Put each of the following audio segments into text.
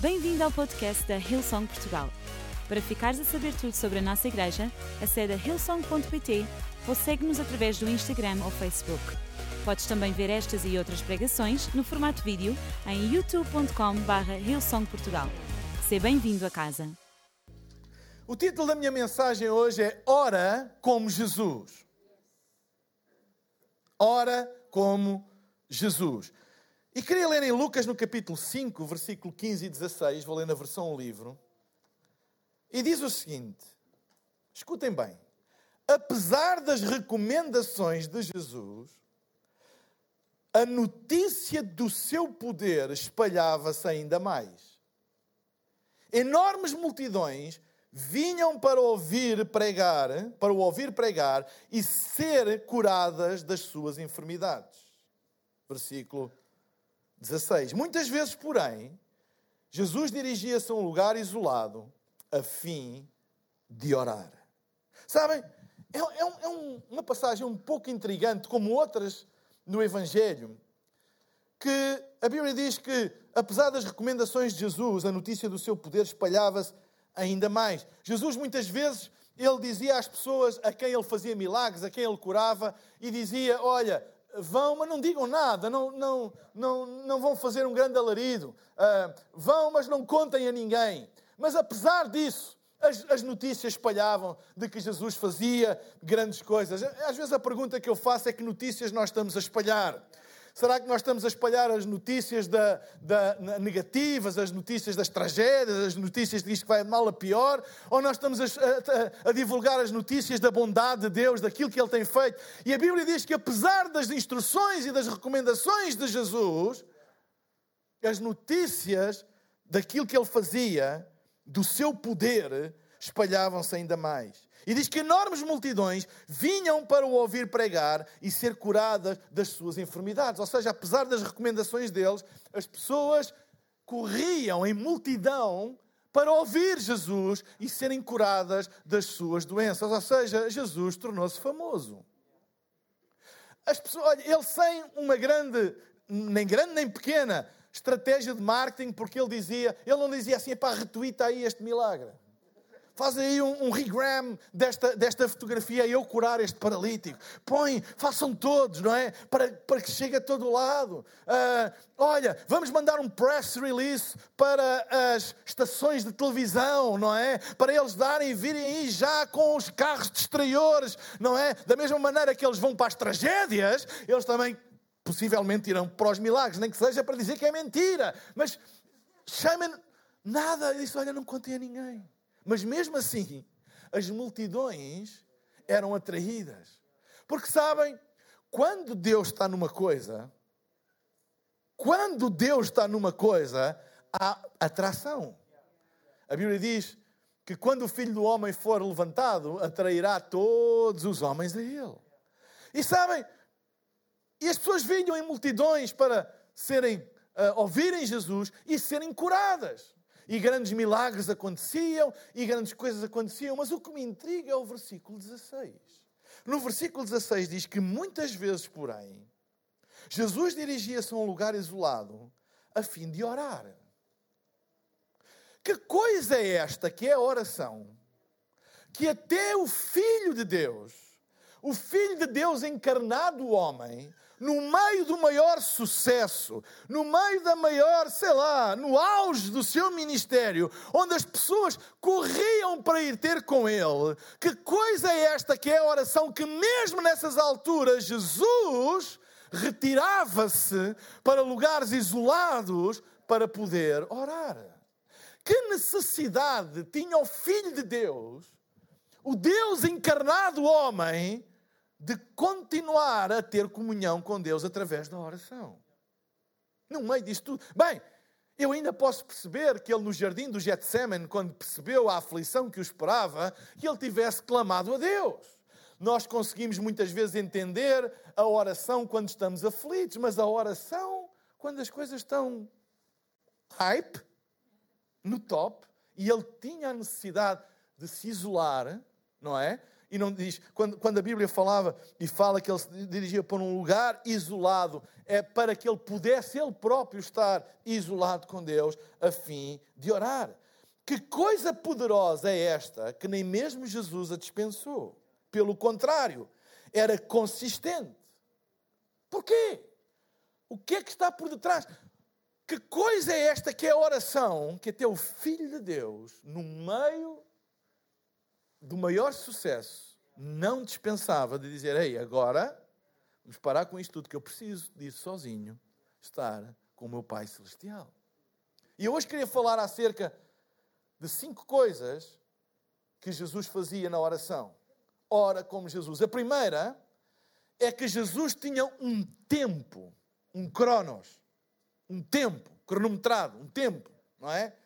Bem-vindo ao podcast da Hillsong Portugal. Para ficares a saber tudo sobre a nossa igreja, acede a hillsong.pt ou segue-nos através do Instagram ou Facebook. Podes também ver estas e outras pregações no formato vídeo em youtube.com/hillsongportugal. Seja bem-vindo a casa. O título da minha mensagem hoje é Ora como Jesus. Ora como Jesus. E queria ler em Lucas no capítulo 5, versículo 15 e 16, vou ler na versão livro, e diz o seguinte, escutem bem, apesar das recomendações de Jesus, a notícia do seu poder espalhava-se ainda mais. Enormes multidões vinham para o ouvir pregar e ser curadas das suas enfermidades. Versículo 16. Muitas vezes, porém, Jesus dirigia-se a um lugar isolado a fim de orar. Sabem, uma passagem um pouco intrigante, como outras no Evangelho, que a Bíblia diz que, apesar das recomendações de Jesus, a notícia do seu poder espalhava-se ainda mais. Jesus, muitas vezes, ele dizia às pessoas a quem ele fazia milagres, a quem ele curava, e dizia, olha, vão, mas não digam nada, não vão fazer um grande alarido. Vão, mas não contem a ninguém. Mas apesar disso, as notícias espalhavam de que Jesus fazia grandes coisas. Às vezes a pergunta que eu faço é que notícias nós estamos a espalhar. Será que nós estamos a espalhar as notícias negativas, as notícias das tragédias, as notícias de que vai de mal a pior? Ou nós estamos a divulgar as notícias da bondade de Deus, daquilo que Ele tem feito? E a Bíblia diz que apesar das instruções e das recomendações de Jesus, as notícias daquilo que Ele fazia, do seu poder, espalhavam-se ainda mais. E diz que enormes multidões vinham para o ouvir pregar e ser curadas das suas enfermidades. Ou seja, apesar das recomendações deles, as pessoas corriam em multidão para ouvir Jesus e serem curadas das suas doenças. Ou seja, Jesus tornou-se famoso. As pessoas, olha, ele sem uma grande nem pequena estratégia de marketing, porque ele não dizia assim, pá, retuita aí este milagre. Faz aí um regram desta fotografia e eu curar este paralítico. Façam todos, não é? Para que chegue a todo lado. Olha, vamos mandar um press release para as estações de televisão, não é? Para eles virem aí já com os carros de exteriores, não é? Da mesma maneira que eles vão para as tragédias, eles também possivelmente irão para os milagres, nem que seja para dizer que é mentira. Mas chamem nada. Ele disse, olha, não contem a ninguém. Mas mesmo assim, as multidões eram atraídas. Porque sabem, quando Deus está numa coisa, há atração. A Bíblia diz que quando o Filho do Homem for levantado, atrairá todos os homens a Ele. E sabem, e as pessoas vinham em multidões para ouvirem Jesus e serem curadas. E grandes milagres aconteciam, e grandes coisas aconteciam. Mas o que me intriga é o versículo 16. No versículo 16 diz que muitas vezes, porém, Jesus dirigia-se a um lugar isolado a fim de orar. Que coisa é esta que é a oração? Que até o Filho de Deus encarnado homem, no meio do maior sucesso, no meio da maior, no auge do seu ministério, onde as pessoas corriam para ir ter com ele, que coisa é esta que é a oração que mesmo nessas alturas Jesus retirava-se para lugares isolados para poder orar? Que necessidade tinha o Filho de Deus, o Deus encarnado homem, de continuar a ter comunhão com Deus através da oração? No meio disto tudo. Bem, eu ainda posso perceber que ele no jardim do Getsemane, quando percebeu a aflição que o esperava, que ele tivesse clamado a Deus. Nós conseguimos muitas vezes entender a oração quando estamos aflitos, mas a oração quando as coisas estão hype, no top, e ele tinha a necessidade de se isolar, não é? e não diz, quando a Bíblia falava e fala que ele se dirigia para um lugar isolado, é para que ele pudesse ele próprio estar isolado com Deus, a fim de orar. Que coisa poderosa é esta, que nem mesmo Jesus a dispensou. Pelo contrário, era consistente. Porquê? O que é que está por detrás? Que coisa é esta que é a oração que até o Filho de Deus, no meio do maior sucesso, não dispensava de dizer: ei, agora vamos parar com isto tudo, que eu preciso disso sozinho, estar com o meu Pai Celestial. E eu hoje queria falar acerca de 5 coisas que Jesus fazia na oração. Ora como Jesus. A primeira é que Jesus tinha um tempo, um cronos, um tempo cronometrado, um tempo, não é?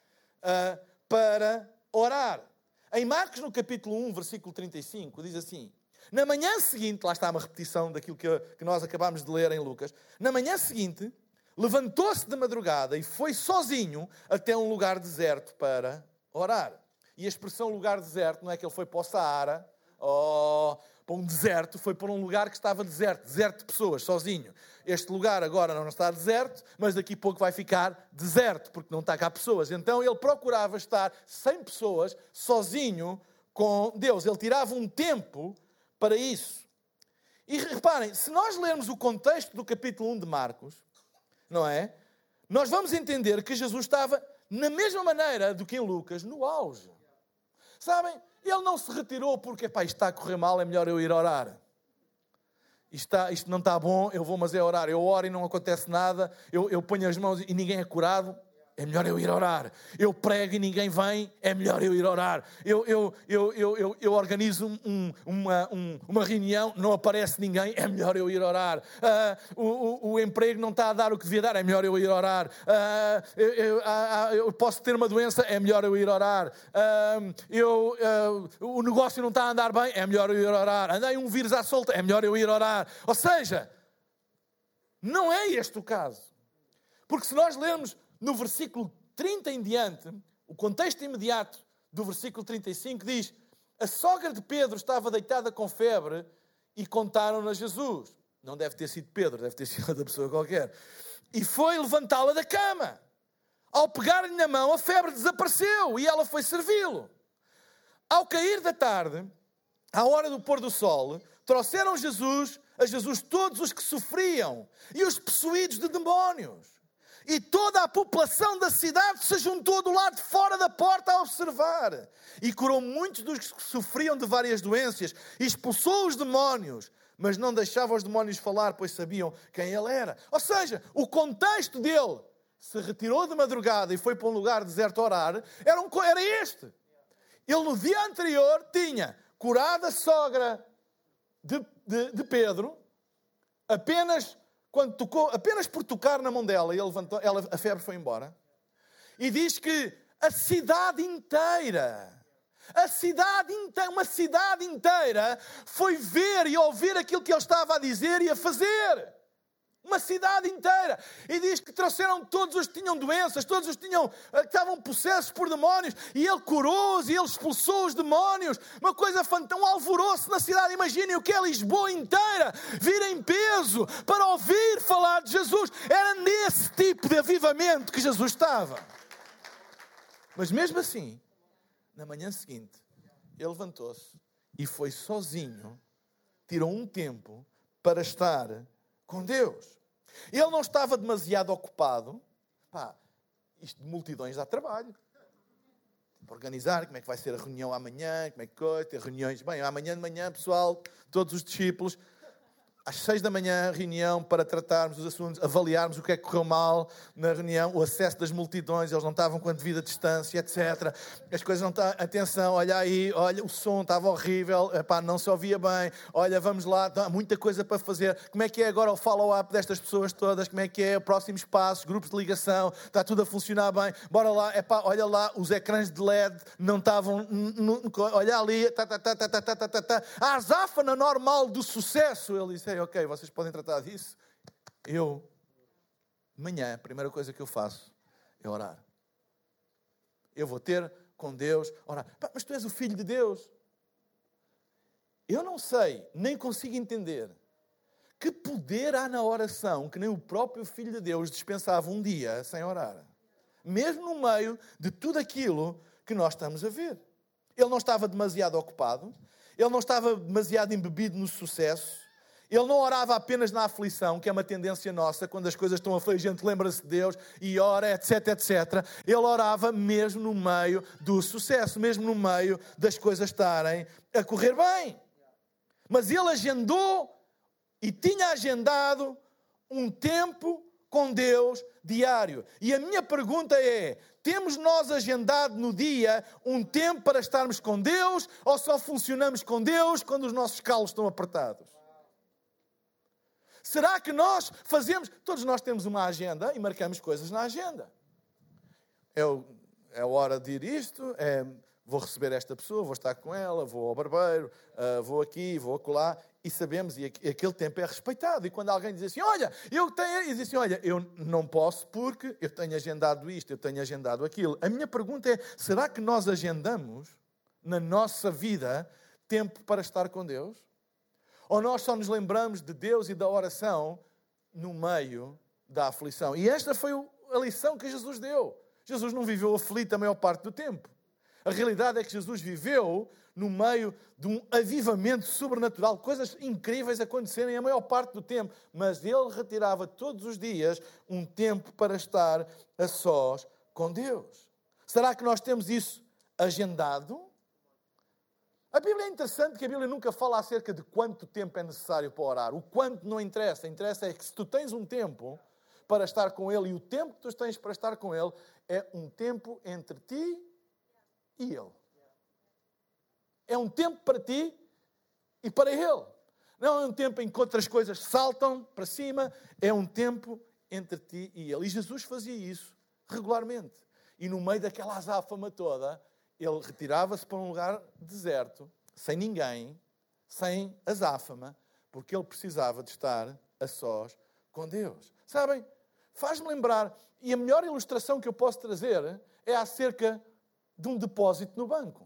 Para orar. Em Marcos, no capítulo 1, versículo 35, diz assim: na manhã seguinte, lá está uma repetição daquilo que nós acabámos de ler em Lucas, na manhã seguinte, levantou-se de madrugada e foi sozinho até um lugar deserto para orar. E a expressão lugar deserto não é que ele foi para o Saara, ou para um deserto, foi para um lugar que estava deserto de pessoas, sozinho. Este lugar agora não está deserto, mas daqui a pouco vai ficar deserto, porque não está cá pessoas. Então ele procurava estar sem pessoas, sozinho com Deus. Ele tirava um tempo para isso. E reparem, se nós lermos o contexto do capítulo 1 de Marcos, não é? Nós vamos entender que Jesus estava, na mesma maneira do que em Lucas, no auge. Sabem? Ele não se retirou porque, isto está a correr mal, é melhor eu ir orar. Isto não está bom, eu vou, mas é orar. Eu oro e não acontece nada, eu ponho as mãos e ninguém é curado, é melhor eu ir orar. Eu prego e ninguém vem, é melhor eu ir orar. Eu organizo uma reunião, não aparece ninguém, é melhor eu ir orar. O emprego não está a dar o que devia dar, é melhor eu ir orar. Eu posso ter uma doença, é melhor eu ir orar. O negócio não está a andar bem, é melhor eu ir orar. Andei um vírus à solta, é melhor eu ir orar. Ou seja, não é este o caso. Porque se nós lermos no versículo 30 em diante, o contexto imediato do versículo 35 diz: a sogra de Pedro estava deitada com febre e contaram-na a Jesus. Não deve ter sido Pedro, deve ter sido outra pessoa qualquer. E foi levantá-la da cama. Ao pegar-lhe na mão, a febre desapareceu e ela foi servi-lo. Ao cair da tarde, à hora do pôr do sol, trouxeram a Jesus todos os que sofriam e os possuídos de demónios. E toda a população da cidade se juntou do lado de fora da porta a observar. E curou muitos dos que sofriam de várias doenças. E expulsou os demónios. Mas não deixava os demónios falar, pois sabiam quem ele era. Ou seja, o contexto dele se retirou de madrugada e foi para um lugar deserto a orar, era este. Ele no dia anterior tinha curado a sogra de Pedro, apenas por tocar na mão dela, e ele levantou, a febre foi embora. E diz que a cidade inteira, uma cidade inteira foi ver e ouvir aquilo que ele estava a dizer e a fazer. Uma cidade inteira. E diz que trouxeram todos os que tinham doenças, todos os que estavam possessos por demónios, e ele curou-os e ele expulsou os demónios. Uma coisa fantástica, um alvoroço na cidade. Imaginem o que é Lisboa inteira vir em peso para ouvir falar de Jesus. Era nesse tipo de avivamento que Jesus estava. Mas mesmo assim, na manhã seguinte, ele levantou-se e foi sozinho, tirou um tempo para estar com Deus. Ele não estava demasiado ocupado. Isto de multidões dá trabalho. Para organizar, como é que vai ser a reunião amanhã, como é que ter reuniões. Bem, amanhã de manhã, pessoal, todos os discípulos, às 6 da manhã, reunião para tratarmos os assuntos, avaliarmos o que é que correu mal na reunião, o acesso das multidões, eles não estavam com a devida distância, etc. As coisas não estavam... Atenção, olha aí, olha, o som estava horrível, não se ouvia bem, olha, vamos lá, há muita coisa para fazer. Como é que é agora o follow-up destas pessoas todas? Como é que é o próximo espaço, grupos de ligação? Está tudo a funcionar bem? Bora lá, olha lá, os ecrãs de LED não estavam... Olha ali, a azáfana normal do sucesso, ele disse, ok, vocês podem tratar disso. Eu, de manhã, a primeira coisa que eu faço é orar. Eu vou ter com Deus, orar. Mas tu és o Filho de Deus. Eu não sei, nem consigo entender que poder há na oração que nem o próprio Filho de Deus dispensava um dia sem orar. Mesmo no meio de tudo aquilo que nós estamos a ver. Ele não estava demasiado ocupado, ele não estava demasiado embebido no sucesso, ele não orava apenas na aflição, que é uma tendência nossa, quando as coisas estão a fluir, a gente lembra-se de Deus e ora, etc, etc. Ele orava mesmo no meio do sucesso, mesmo no meio das coisas estarem a correr bem. Mas ele agendou e tinha agendado um tempo com Deus diário. E a minha pergunta é, temos nós agendado no dia um tempo para estarmos com Deus ou só funcionamos com Deus quando os nossos calos estão apertados? Será que nós fazemos... Todos nós temos uma agenda e marcamos coisas na agenda. É hora de ir isto, vou receber esta pessoa, vou estar com ela, vou ao barbeiro, vou aqui, vou acolá. E sabemos, e aquele tempo é respeitado. E quando alguém diz assim, olha, eu tenho... E diz assim, olha, eu não posso porque eu tenho agendado isto, eu tenho agendado aquilo. A minha pergunta é, será que nós agendamos na nossa vida tempo para estar com Deus? Ou nós só nos lembramos de Deus e da oração no meio da aflição? E esta foi a lição que Jesus deu. Jesus não viveu aflito a maior parte do tempo. A realidade é que Jesus viveu no meio de um avivamento sobrenatural, coisas incríveis acontecerem a maior parte do tempo. Mas ele retirava todos os dias um tempo para estar a sós com Deus. Será que nós temos isso agendado? A Bíblia é interessante que a Bíblia nunca fala acerca de quanto tempo é necessário para orar. O quanto não interessa. Interessa é que se tu tens um tempo para estar com Ele e o tempo que tu tens para estar com Ele é um tempo entre ti e Ele. É um tempo para ti e para Ele. Não é um tempo em que outras coisas saltam para cima. É um tempo entre ti e Ele. E Jesus fazia isso regularmente. E no meio daquela azáfama toda... Ele retirava-se para um lugar deserto, sem ninguém, sem azáfama, porque ele precisava de estar a sós com Deus. Sabem, faz-me lembrar, e a melhor ilustração que eu posso trazer é acerca de um depósito no banco.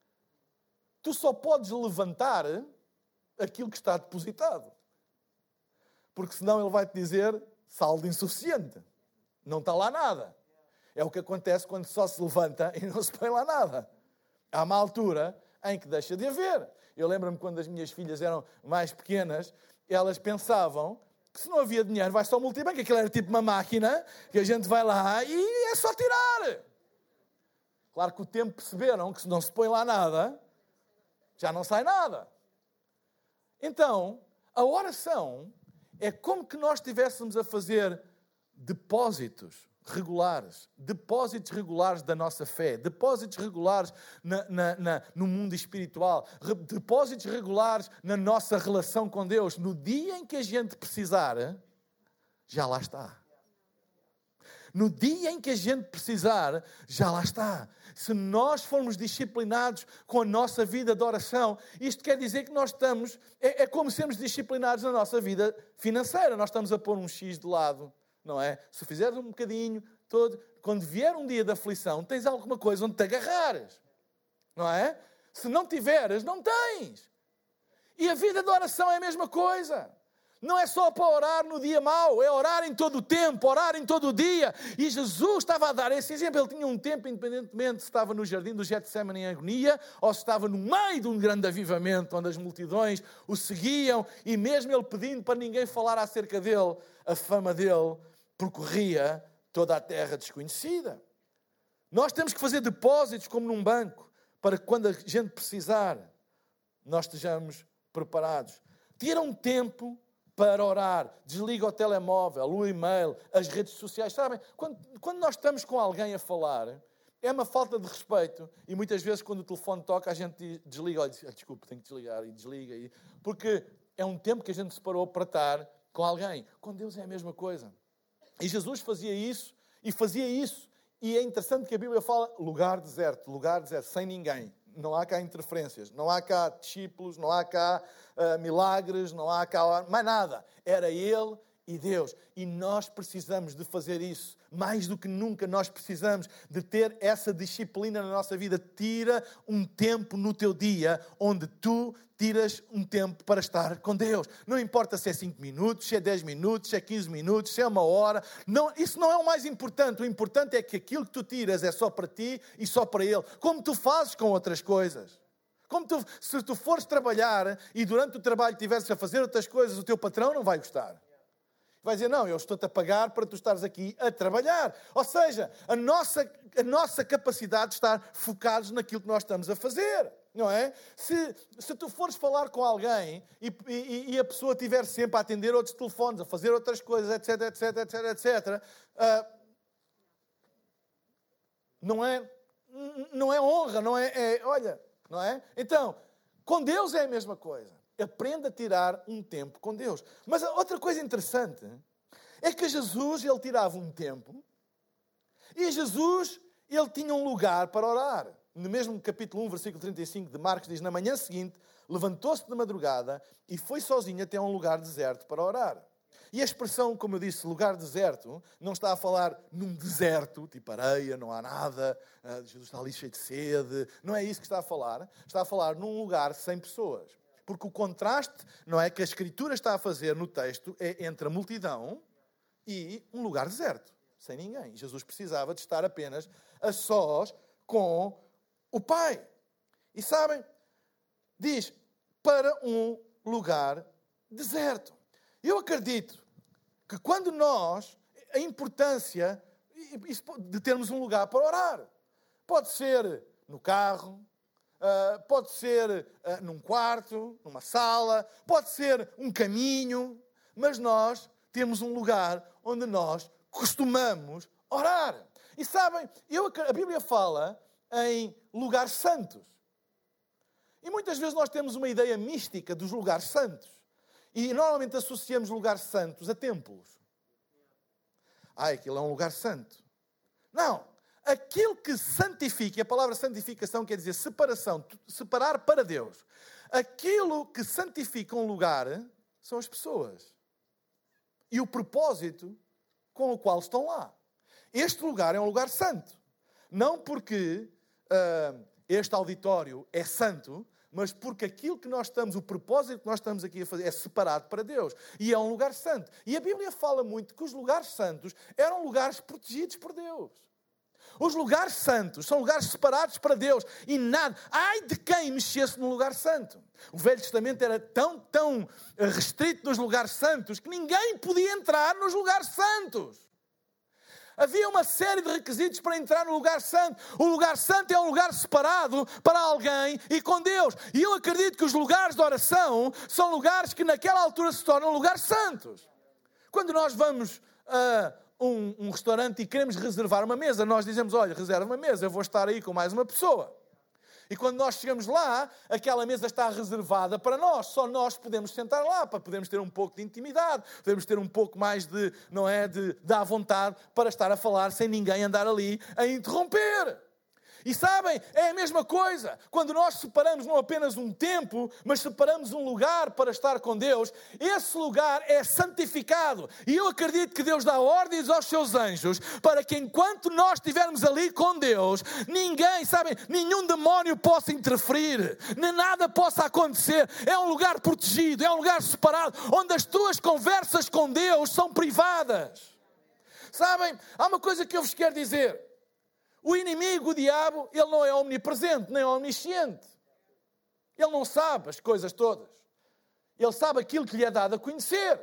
Tu só podes levantar aquilo que está depositado. Porque senão ele vai-te dizer saldo insuficiente. Não está lá nada. É o que acontece quando só se levanta e não se põe lá nada. Há uma altura em que deixa de haver. Eu lembro-me quando as minhas filhas eram mais pequenas, elas pensavam que se não havia dinheiro vai só multibanco. Aquilo era tipo uma máquina que a gente vai lá e é só tirar. Claro que o tempo perceberam que se não se põe lá nada, já não sai nada. Então, a oração é como que nós estivéssemos a fazer depósitos regulares da nossa fé, depósitos regulares no mundo espiritual, depósitos regulares na nossa relação com Deus. No dia em que a gente precisar, já lá está. No dia em que a gente precisar, já lá está. Se nós formos disciplinados com a nossa vida de oração, isto quer dizer que nós estamos... É como sermos disciplinados na nossa vida financeira. Nós estamos a pôr um X de lado. Não é? Se fizeres um bocadinho, quando vier um dia de aflição, tens alguma coisa onde te agarrares. Não é? Se não tiveres, não tens. E a vida de oração é a mesma coisa. Não é só para orar no dia mau, é orar em todo o tempo, orar em todo o dia. E Jesus estava a dar esse exemplo. Ele tinha um tempo, independentemente se estava no jardim do Getsemane em agonia, ou se estava no meio de um grande avivamento, onde as multidões o seguiam, e mesmo ele pedindo para ninguém falar acerca dele, a fama dele percorria toda a terra desconhecida. Nós temos que fazer depósitos como num banco, para que quando a gente precisar, nós estejamos preparados. Tira um tempo para orar, desliga o telemóvel, o e-mail, as redes sociais. Sabem, quando nós estamos com alguém a falar, é uma falta de respeito, e muitas vezes quando o telefone toca, a gente desliga, olha, desculpe, tenho que desligar, e desliga, porque é um tempo que a gente separou para estar com alguém. Com Deus é a mesma coisa. E Jesus fazia isso, e é interessante que a Bíblia fala lugar deserto, sem ninguém. Não há cá interferências, não há cá discípulos, não há cá milagres, não há cá mais nada. Era ele e Deus. E nós precisamos de fazer isso. Mais do que nunca nós precisamos de ter essa disciplina na nossa vida. Tira um tempo no teu dia onde tu tiras um tempo para estar com Deus. Não importa se é 5 minutos, se é 10 minutos, se é 15 minutos, se é 1 hora. Não, isso não é o mais importante. O importante é que aquilo que tu tiras é só para ti e só para Ele. Como tu fazes com outras coisas. Se tu fores trabalhar e durante o trabalho estiveres a fazer outras coisas, o teu patrão não vai gostar. Vai dizer, não, eu estou-te a pagar para tu estares aqui a trabalhar. Ou seja, a nossa capacidade de estar focados naquilo que nós estamos a fazer. Não é? Se tu fores falar com alguém e a pessoa estiver sempre a atender outros telefones, a fazer outras coisas, etc, etc, etc, etc, não é honra, não é olha, não é? Então, com Deus é a mesma coisa. Aprenda a tirar um tempo com Deus. Mas outra coisa interessante é que Jesus, ele tirava um tempo e Jesus, ele tinha um lugar para orar. No mesmo capítulo 1, versículo 35 de Marcos, diz, na manhã seguinte, levantou-se de madrugada e foi sozinho até um lugar deserto para orar. E a expressão, como eu disse, lugar deserto, não está a falar num deserto, tipo areia, não há nada, Jesus está ali cheio de sede. Não é isso que está a falar. Está a falar num lugar sem pessoas. Porque o contraste, não é, que a Escritura está a fazer no texto é entre a multidão e um lugar deserto, sem ninguém. Jesus precisava de estar apenas a sós com o Pai. E sabem, diz, para um lugar deserto. Eu acredito que quando nós, a importância de termos um lugar para orar, pode ser no carro, pode ser num quarto, numa sala, pode ser um caminho, mas nós temos um lugar onde nós costumamos orar. E sabem, a Bíblia fala em lugares santos. E muitas vezes nós temos uma ideia mística dos lugares santos. E normalmente associamos lugares santos a templos. Aquilo é um lugar santo. Não. Aquilo que santifica, e a palavra santificação quer dizer separação, separar para Deus. Aquilo que santifica um lugar são as pessoas. E o propósito com o qual estão lá. Este lugar é um lugar santo. Não porque este auditório é santo, mas porque aquilo que nós estamos, o propósito que nós estamos aqui a fazer é separado para Deus. E é um lugar santo. E a Bíblia fala muito que os lugares santos eram lugares protegidos por Deus. Os lugares santos são lugares separados para Deus. E nada, ai de quem mexesse num lugar santo. O Velho Testamento era tão restrito nos lugares santos que ninguém podia entrar nos lugares santos. Havia uma série de requisitos para entrar no lugar santo. O lugar santo é um lugar separado para alguém e com Deus. E eu acredito que os lugares de oração são lugares que naquela altura se tornam lugares santos. Quando nós vamos a um restaurante e queremos reservar uma mesa, nós dizemos, olha, reserva uma mesa, eu vou estar aí com mais uma pessoa. E quando nós chegamos lá, aquela mesa está reservada para nós. Só nós podemos sentar lá, para podermos ter um pouco de intimidade, podemos ter um pouco mais de à vontade para estar a falar sem ninguém andar ali a interromper. E sabem, é a mesma coisa. Quando nós separamos não apenas um tempo, mas separamos um lugar para estar com Deus, esse lugar é santificado. E eu acredito que Deus dá ordens aos seus anjos para que enquanto nós estivermos ali com Deus, ninguém, sabem, nenhum demónio possa interferir, nem nada possa acontecer. É um lugar protegido, é um lugar separado, onde as tuas conversas com Deus são privadas. Sabem, há uma coisa que eu vos quero dizer. O inimigo, o diabo, ele não é omnipresente, nem omnisciente. Ele não sabe as coisas todas. Ele sabe aquilo que lhe é dado a conhecer.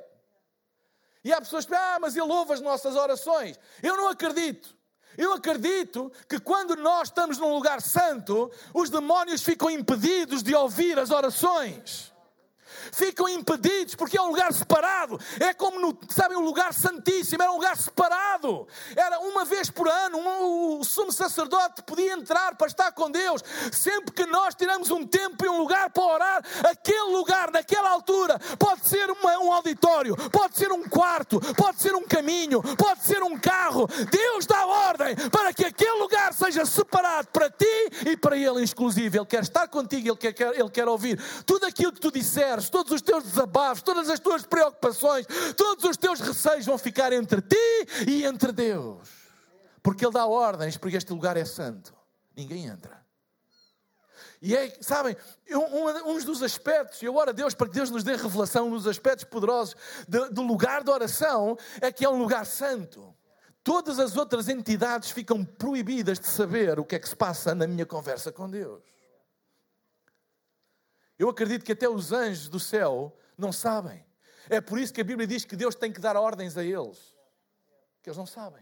E há pessoas que dizem, mas ele ouve as nossas orações. Eu não acredito. Eu acredito que quando nós estamos num lugar santo, os demónios ficam impedidos de ouvir as orações. Ficam impedidos porque é um lugar separado. É como um lugar santíssimo, era um lugar separado. Era uma vez por ano, o sumo sacerdote podia entrar para estar com Deus. Sempre que nós tiramos um tempo e um lugar para orar, aquele lugar, naquela altura, pode ser um auditório, pode ser um quarto, pode ser um caminho, pode ser um carro. Deus dá ordem para que aquele lugar seja separado para ti e para Ele em exclusivo. Ele quer estar contigo, Ele quer ouvir tudo aquilo que tu disseres, todos os teus desabafos, todas as tuas preocupações, todos os teus receios vão ficar entre ti e entre Deus. Porque Ele dá ordens, porque este lugar é santo. Ninguém entra. E sabem, um dos aspectos, eu oro a Deus para que Deus nos dê revelação, um dos aspectos poderosos do lugar de oração é que é um lugar santo. Todas as outras entidades ficam proibidas de saber o que é que se passa na minha conversa com Deus. Eu acredito que até os anjos do céu não sabem. É por isso que a Bíblia diz que Deus tem que dar ordens a eles. Que eles não sabem.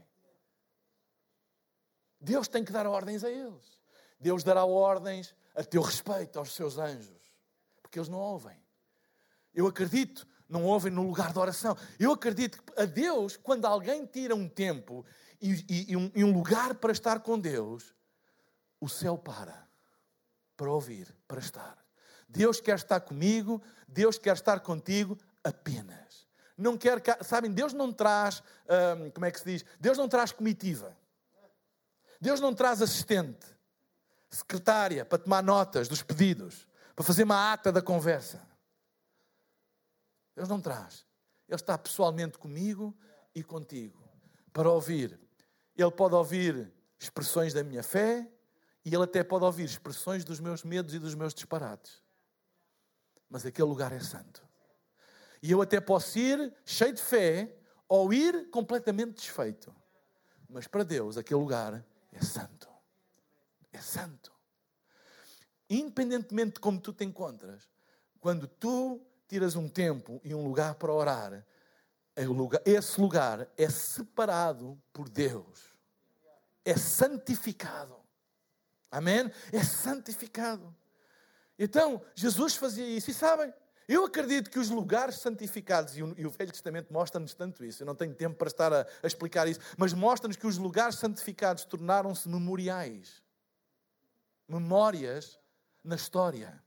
Deus tem que dar ordens a eles. Deus dará ordens a teu respeito aos seus anjos. Porque eles não ouvem. Eu acredito, não ouvem no lugar de oração. Eu acredito que a Deus, quando alguém tira um tempo e um lugar para estar com Deus, o céu para ouvir, para estar. Deus quer estar comigo, Deus quer estar contigo apenas. Não quer, sabem, Deus não traz, como é que se diz? Deus não traz comitiva. Deus não traz assistente, secretária, para tomar notas dos pedidos, para fazer uma ata da conversa. Deus não traz. Ele está pessoalmente comigo e contigo, para ouvir. Ele pode ouvir expressões da minha fé e Ele até pode ouvir expressões dos meus medos e dos meus disparates. Mas aquele lugar é santo. E eu até posso ir cheio de fé ou ir completamente desfeito. Mas para Deus aquele lugar é santo. É santo. Independentemente de como tu te encontras, quando tu tiras um tempo e um lugar para orar, esse lugar é separado por Deus. É santificado. Amém? É santificado. Então, Jesus fazia isso. E sabem, eu acredito que os lugares santificados, e o Velho Testamento mostra-nos tanto isso, eu não tenho tempo para estar a explicar isso, mas mostra-nos que os lugares santificados tornaram-se memoriais. Memórias na história.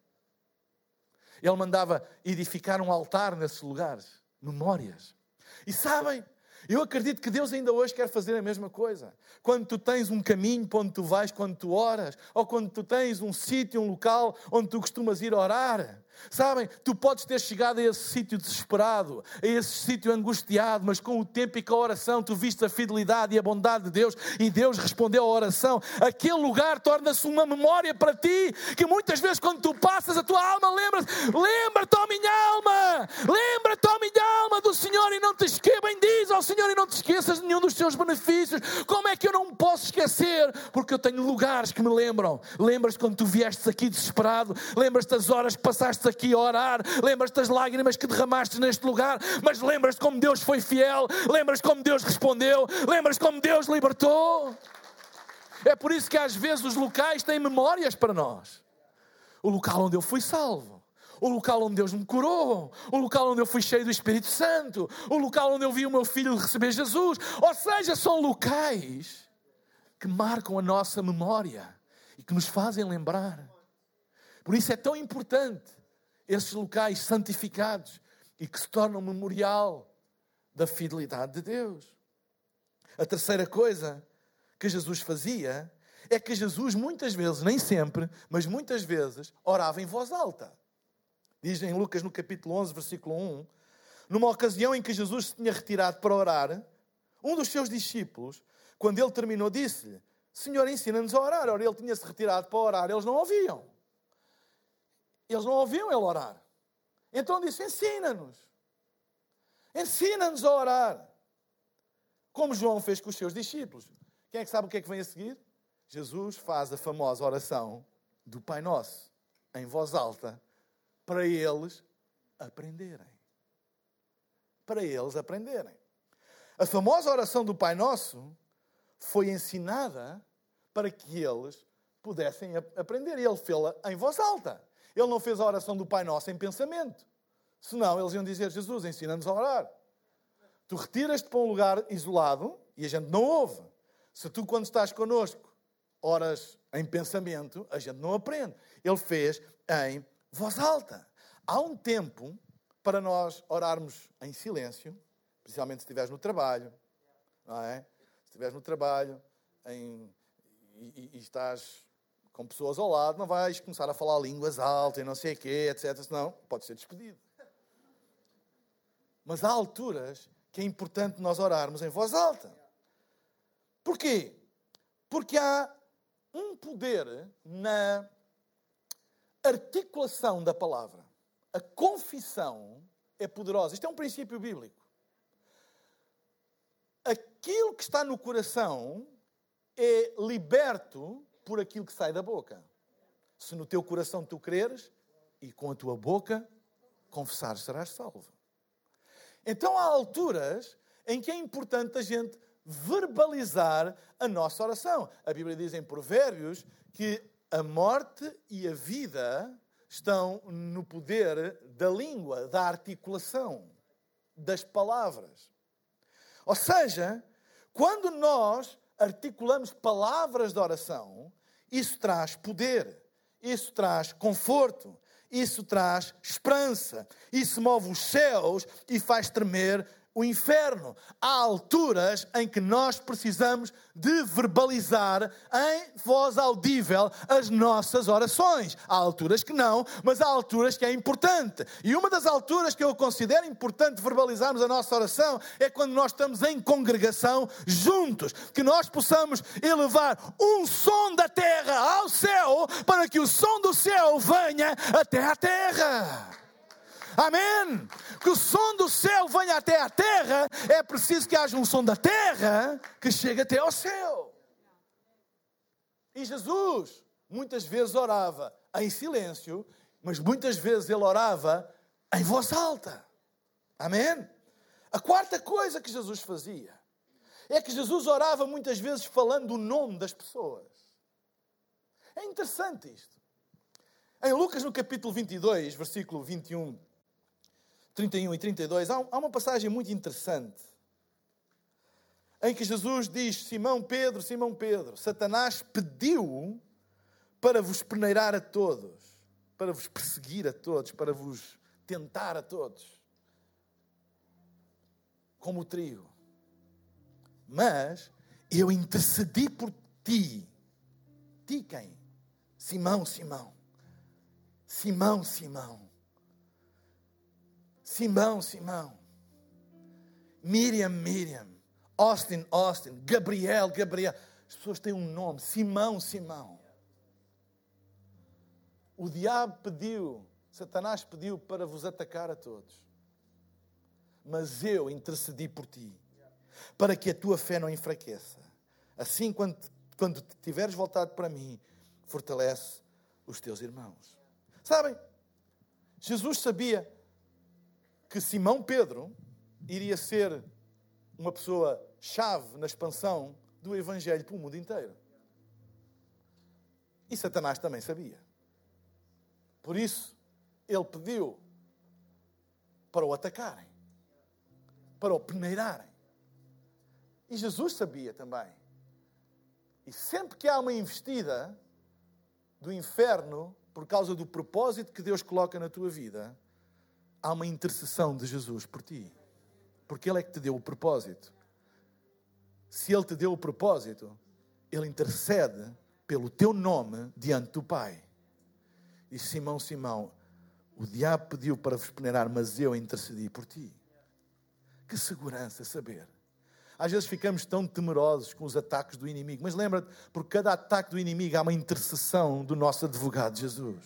Ele mandava edificar um altar nesses lugares. Memórias. E sabem, eu acredito que Deus ainda hoje quer fazer a mesma coisa. Quando tu tens um caminho para onde tu vais, quando tu oras, ou quando tu tens um sítio, um local onde tu costumas ir orar. Sabem, tu podes ter chegado a esse sítio desesperado, a esse sítio angustiado, mas com o tempo e com a oração tu viste a fidelidade e a bondade de Deus e Deus respondeu à oração. Aquele lugar torna-se uma memória para ti, que muitas vezes quando tu passas a tua alma lembra-te, ó minha alma, lembra-te, ó minha alma do Senhor e não te esqueças, bendiz ao Senhor e não te esqueças de nenhum dos seus benefícios. Como é que eu não me posso esquecer? Porque eu tenho lugares que me lembram. Lembras-te quando tu viestes aqui desesperado, lembras-te das horas que passaste aqui a orar, lembras-te das lágrimas que derramaste neste lugar, mas lembras-te como Deus foi fiel, lembras-te como Deus respondeu, lembras-te como Deus libertou. É por isso que às vezes os locais têm memórias para nós. O local onde eu fui salvo, o local onde Deus me curou, o local onde eu fui cheio do Espírito Santo, o local onde eu vi o meu filho receber Jesus. Ou seja, são locais que marcam a nossa memória e que nos fazem lembrar. Por isso é tão importante esses locais santificados e que se tornam memorial da fidelidade de Deus. A terceira coisa que Jesus fazia é que Jesus muitas vezes, nem sempre, mas muitas vezes, orava em voz alta. Diz em Lucas no capítulo 11, versículo 1, numa ocasião em que Jesus se tinha retirado para orar, um dos seus discípulos, quando ele terminou, disse-lhe: Senhor, ensina-nos a orar. Ora, ele tinha-se retirado para orar, eles não ouviam. Eles não ouviam ele orar. Então disse: ensina-nos. Ensina-nos a orar. Como João fez com os seus discípulos. Quem é que sabe o que é que vem a seguir? Jesus faz a famosa oração do Pai Nosso, em voz alta, para eles aprenderem. Para eles aprenderem. A famosa oração do Pai Nosso foi ensinada para que eles pudessem aprender. E ele fez-la em voz alta. Ele não fez a oração do Pai Nosso em pensamento. Senão eles iam dizer: Jesus, ensina-nos a orar. Tu retiras-te para um lugar isolado e a gente não ouve. Se tu, quando estás connosco, oras em pensamento, a gente não aprende. Ele fez em voz alta. Há um tempo para nós orarmos em silêncio, principalmente se estiveres no trabalho, não é? Se estiveres no trabalho e estás com pessoas ao lado, não vais começar a falar línguas altas e não sei o quê, etc. Senão pode ser despedido. Mas há alturas que é importante nós orarmos em voz alta. Porquê? Porque há um poder na articulação da palavra. A confissão é poderosa. Isto é um princípio bíblico. Aquilo que está no coração é liberto por aquilo que sai da boca. Se no teu coração tu creres e com a tua boca confessares, serás salvo. Então há alturas em que é importante a gente verbalizar a nossa oração. A Bíblia diz em Provérbios que a morte e a vida estão no poder da língua, da articulação, das palavras. Ou seja, quando nós articulamos palavras de oração, isso traz poder, isso traz conforto, isso traz esperança, isso move os céus e faz tremer o inferno. Há alturas em que nós precisamos de verbalizar em voz audível as nossas orações. Há alturas que não, mas há alturas que é importante. E uma das alturas que eu considero importante verbalizarmos a nossa oração é quando nós estamos em congregação juntos. Que nós possamos elevar um som da terra ao céu para que o som do céu venha até a terra. Amém? Que o som do céu venha até a terra, é preciso que haja um som da terra que chegue até ao céu. E Jesus muitas vezes orava em silêncio, mas muitas vezes ele orava em voz alta. Amém? A quarta coisa que Jesus fazia é que Jesus orava muitas vezes falando o nome das pessoas. É interessante isto. Em Lucas, no capítulo 22, versículo 21, 31 e 32, há uma passagem muito interessante em que Jesus diz: Simão Pedro, Satanás pediu para vos peneirar a todos, para vos perseguir a todos, para vos tentar a todos, como o trigo. Mas eu intercedi por ti. Ti quem? Simão. Miriam. Austin. Gabriel. As pessoas têm um nome. Simão. O diabo Satanás pediu para vos atacar a todos. Mas eu intercedi por ti, para que a tua fé não enfraqueça. Assim, quando tiveres voltado para mim, fortalece os teus irmãos. Sabem, Jesus sabia que Simão Pedro iria ser uma pessoa chave na expansão do Evangelho para o mundo inteiro. E Satanás também sabia. Por isso, ele pediu para o atacarem, para o peneirarem. E Jesus sabia também. E sempre que há uma investida do inferno por causa do propósito que Deus coloca na tua vida, há uma intercessão de Jesus por ti. Porque Ele é que te deu o propósito. Se Ele te deu o propósito, Ele intercede pelo teu nome diante do Pai. E Simão, o diabo pediu para vos peneirar, mas eu intercedi por ti. Que segurança saber. Às vezes ficamos tão temerosos com os ataques do inimigo. Mas lembra-te, por cada ataque do inimigo há uma intercessão do nosso advogado Jesus.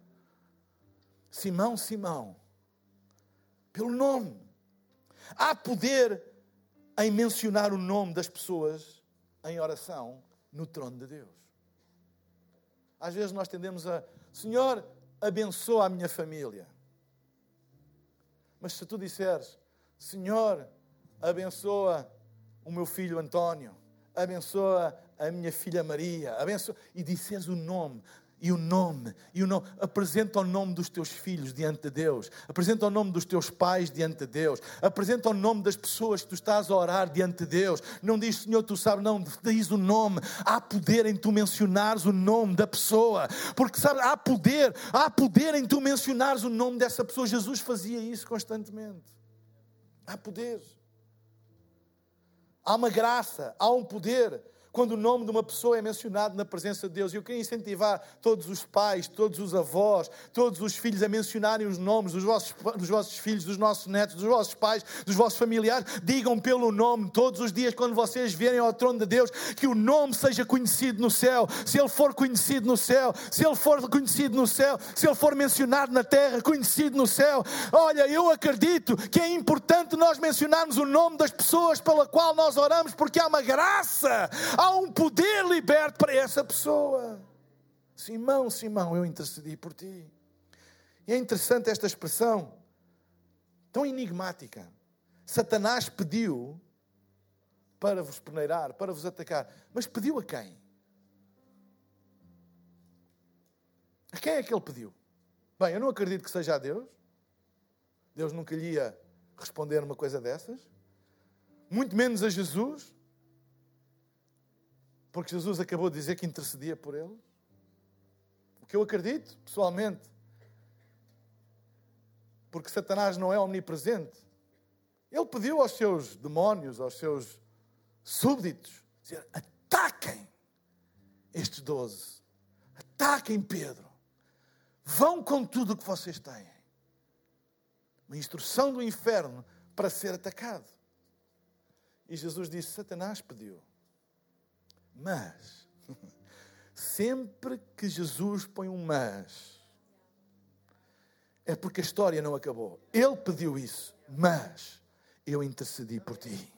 Simão, pelo nome. Há poder em mencionar o nome das pessoas em oração no trono de Deus. Às vezes nós tendemos a: Senhor, abençoa a minha família. Mas se tu disseres: Senhor, abençoa o meu filho António, abençoa a minha filha Maria, abençoa, e disseres o nome, apresenta o nome dos teus filhos diante de Deus, apresenta o nome dos teus pais diante de Deus, apresenta o nome das pessoas que tu estás a orar diante de Deus. Não diz: Senhor, tu sabes, não, diz o nome. Há poder em tu mencionares o nome da pessoa, porque sabe, há poder em tu mencionares o nome dessa pessoa. Jesus fazia isso constantemente. Há poder. Há uma graça, há um poder. Quando o nome de uma pessoa é mencionado na presença de Deus. E eu queria incentivar todos os pais, todos os avós, todos os filhos a mencionarem os nomes dos vossos filhos, dos nossos netos, dos vossos pais, dos vossos familiares. Digam pelo nome todos os dias quando vocês vierem ao trono de Deus, que o nome seja conhecido no céu. Se ele for conhecido no céu, se ele for conhecido no céu, se ele for mencionado na terra, conhecido no céu. Olha, eu acredito que é importante nós mencionarmos o nome das pessoas pela qual nós oramos, porque há uma graça, há um poder liberto para essa pessoa. Simão, Simão, eu intercedi por ti. E é interessante esta expressão, tão enigmática. Satanás pediu para vos peneirar, para vos atacar. Mas pediu a quem? A quem é que ele pediu? Bem, eu não acredito que seja a Deus. Deus nunca lhe ia responder uma coisa dessas. Muito menos a Jesus. Porque Jesus acabou de dizer que intercedia por ele. O que eu acredito, pessoalmente, porque Satanás não é omnipresente, ele pediu aos seus demónios, aos seus súbditos, dizer, ataquem estes 12. Ataquem Pedro. Vão com tudo o que vocês têm. Uma instrução do inferno para ser atacado. E Jesus disse, Satanás pediu. Mas, sempre que Jesus põe um mas, é porque a história não acabou. Ele pediu isso, mas eu intercedi por ti.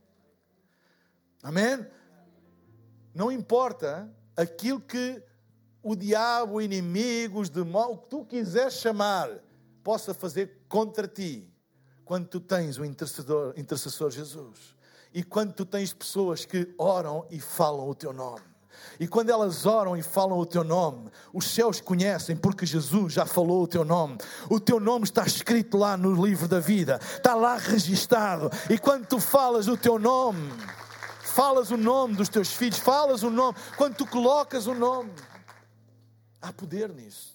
Amém? Não importa aquilo que o diabo, o inimigo, os demônios, o que tu quiseres chamar, possa fazer contra ti, quando tu tens o intercessor Jesus. E quando tu tens pessoas que oram e falam o teu nome. E quando elas oram e falam o teu nome, os céus conhecem porque Jesus já falou o teu nome. O teu nome está escrito lá no livro da vida. Está lá registado. E quando tu falas o teu nome, falas o nome dos teus filhos, falas o nome. Quando tu colocas o nome, há poder nisso.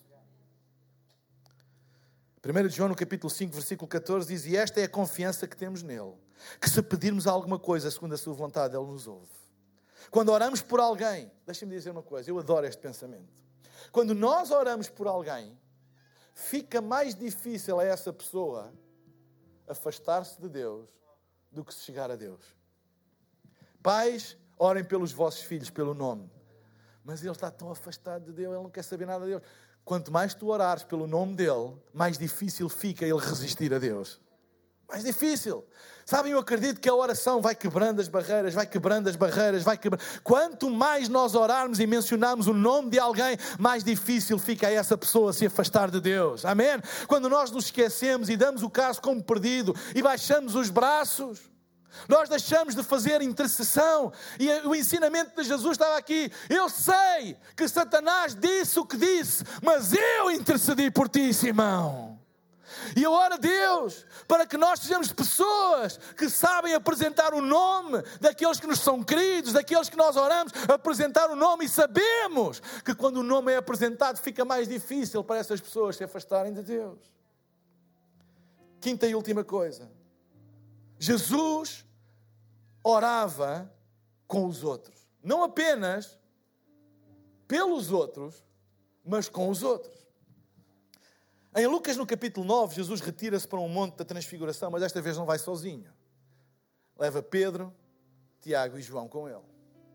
1 João no capítulo 5, versículo 14 diz, e esta é a confiança que temos nele, que se pedirmos alguma coisa segundo a sua vontade, ele nos ouve. Quando oramos por alguém, deixa-me dizer uma coisa, eu adoro este pensamento. Quando nós oramos por alguém, fica mais difícil a essa pessoa afastar-se de Deus do que se chegar a Deus. Pais, orem pelos vossos filhos, pelo nome. Mas ele está tão afastado de Deus, ele não quer saber nada de Deus. Quanto mais tu orares pelo nome dele, mais difícil fica ele resistir a Deus. Mais difícil. Sabem, eu acredito que a oração vai quebrando as barreiras, vai quebrando as barreiras, vai quebrando. Quanto mais nós orarmos e mencionarmos o nome de alguém, mais difícil fica a essa pessoa se afastar de Deus. Amém? Quando nós nos esquecemos e damos o caso como perdido e baixamos os braços, nós deixamos de fazer intercessão. E o ensinamento de Jesus estava aqui. Eu sei que Satanás disse o que disse, mas eu intercedi por ti, Simão. E eu oro a Deus para que nós sejamos pessoas que sabem apresentar o nome daqueles que nos são queridos, daqueles que nós oramos, apresentar o nome, e sabemos que quando o nome é apresentado fica mais difícil para essas pessoas se afastarem de Deus. Quinta e última coisa. Jesus orava com os outros. Não apenas pelos outros, mas com os outros. Em Lucas, no capítulo 9, Jesus retira-se para um monte da transfiguração, mas desta vez não vai sozinho. Leva Pedro, Tiago e João com ele.